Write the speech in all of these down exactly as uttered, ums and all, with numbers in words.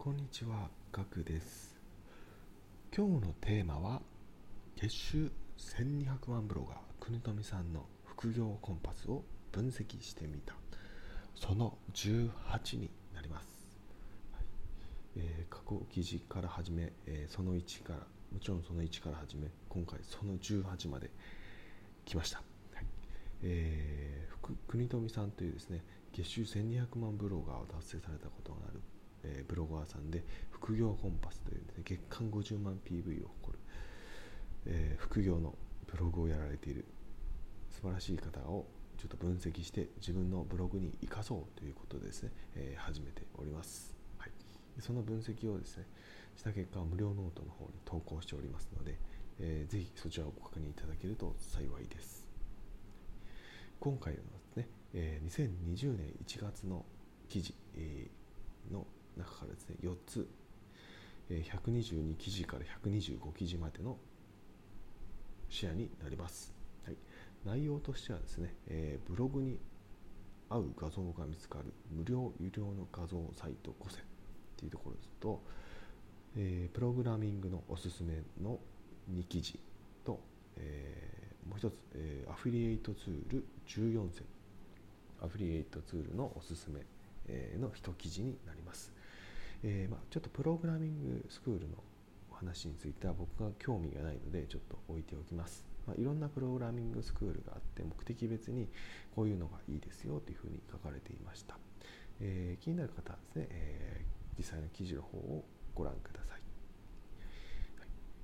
こんにちは、ガクです。今日のテーマは月収せんにひゃくまんブロガー国富さんの副業コンパスを分析してみた、そのじゅうはちになります。はいえー、過去記事から始め、えー、そのいちからもちろんそのいちから始め、今回そのじゅうはちまで来ました。はいえー、国富さんというですね、月収せんにひゃくまんブロガーを達成されたことがあるえー、ブロガーさんで、副業コンパスという、ね、月間ごじゅうまん ピーブイ を誇る、えー、副業のブログをやられている素晴らしい方をちょっと分析して自分のブログに生かそうということでですね、えー、始めております。はい、その分析をですねした結果を無料ノートの方に投稿しておりますので、えー、ぜひそちらをご確認いただけると幸いです。今回はですね、えー、にせんにじゅうねんいちがつの記事、えー、の中からですねよっつ、ひゃくにじゅうに記事からひゃくにじゅうご記事までのシェアになります。はい、内容としてはですね、えー、ブログに合う画像が見つかる無料有料の画像サイトごせんっていうところですと、えー、プログラミングのおすすめのに記事と、えー、もう一つ、えー、アフィリエイトツールじゅうよんせん、アフィリエイトツールのおすすめのいち記事になります。えーまあ、ちょっとプログラミングスクールのお話については僕が興味がないのでちょっと置いておきます。まあ、いろんなプログラミングスクールがあって目的別にこういうのがいいですよというふうに書かれていました。えー、気になる方はですね、えー、実際の記事の方をご覧ください。はい、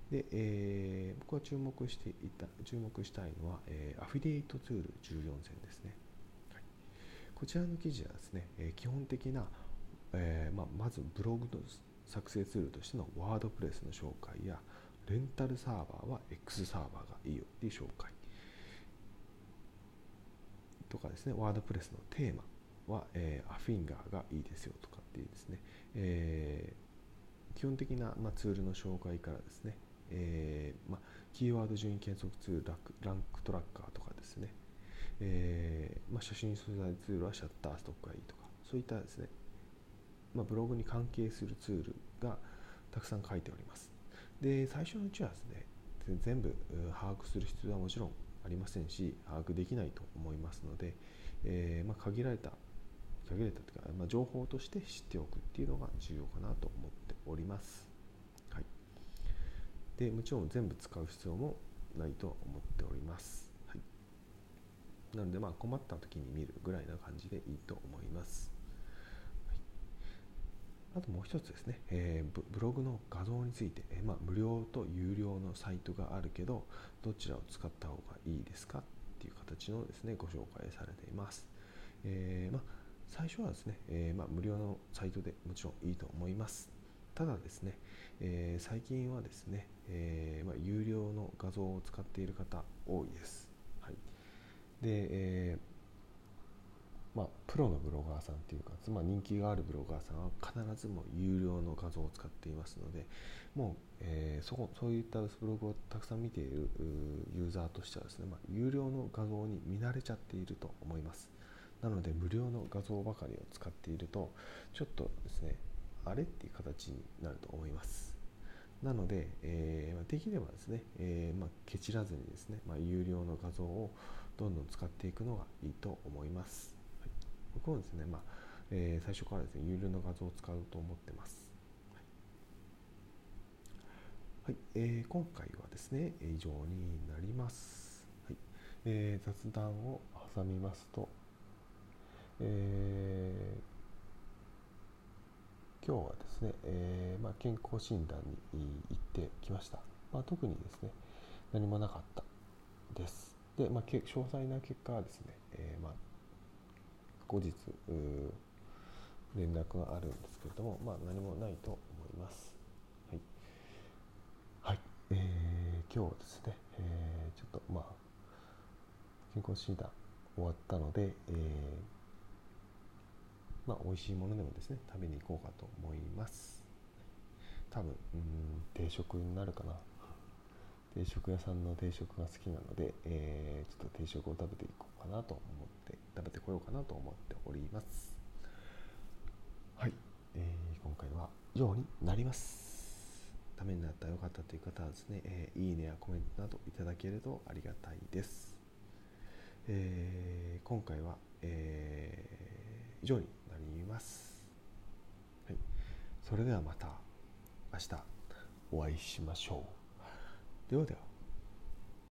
で、えー、僕が注目していた注目したいのは、えー、アフィリエイトツールじゅうよんせんですね。はい、こちらの記事はですね、えー、基本的なえーまあ、まずブログの作成ツールとしてのワードプレスの紹介や、レンタルサーバーは X サーバーがいいよっていう紹介とかですね、ワードプレスのテーマは、えー、アフィンガーがいいですよとかっていうですね、えー、基本的な、まあ、ツールの紹介からですね、えーまあ、キーワード順位検索ツール、ランク、ランクトラッカーとかですね、えーまあ、写真素材ツールはシャッターストックがいいとか、そういったですね、まあ、ブログに関係するツールがたくさん書いております。で、最初のうちはですね、全部把握する必要はもちろんありませんし、把握できないと思いますので、えーまあ、限られた、限られたというか、まあ、情報として知っておくっていうのが重要かなと思っております。はい。で、もちろん全部使う必要もないと思っております。はい。なので、まあ困った時に見るぐらいな感じでいいと思います。あともう一つですね、えー、ブログの画像について、えーまあ、無料と有料のサイトがあるけど、どちらを使った方がいいですかっていう形のですね、ご紹介されています。えーまあ、最初はですね、えーまあ、無料のサイトでもちろんいいと思います。ただですね、えー、最近はですね、えーまあ、有料の画像を使っている方多いです。はい。で、えーまあ、プロのブロガーさんというか、まあ、人気があるブロガーさんは必ずも有料の画像を使っていますので、もう、えー、そこそういったブログをたくさん見ているユーザーとしてはですね、まあ、有料の画像に見慣れちゃっていると思います。なので無料の画像ばかりを使っているとちょっとですね、あれっていう形になると思います。なので、えー、できればですね、えーまあ、ケチらずにですね、まあ、有料の画像をどんどん使っていくのがいいと思います。僕もですね、まあえー、最初からですね、有料の画像を使うと思ってます。はい、えー、今回はですね、以上になります。はい、えー、雑談を挟みますと、えー、今日はですね、えーまあ、健康診断に行ってきました。まあ、特にですね、何もなかったです。で、まあ、詳細な結果はですね、えーまあ、後日連絡があるんですけれども、まあ、何もないと思います。はい、はい、えー、今日はですね、えー、ちょっとまあ健康診断終わったので、えー、まあ美味しいものでもですね食べに行こうかと思います。多分うん定食になるかな。定食屋さんの定食が好きなので、えー、ちょっと定食を食べていこうかなと思って食べてこようかなと思っております。はい、えー、今回は以上になります。ためになったらよかったという方はですね、えー、いいねやコメントなどいただけるとありがたいです。えー、今回は、えー、以上になります。はい、それではまた明日お会いしましょう。ではでは。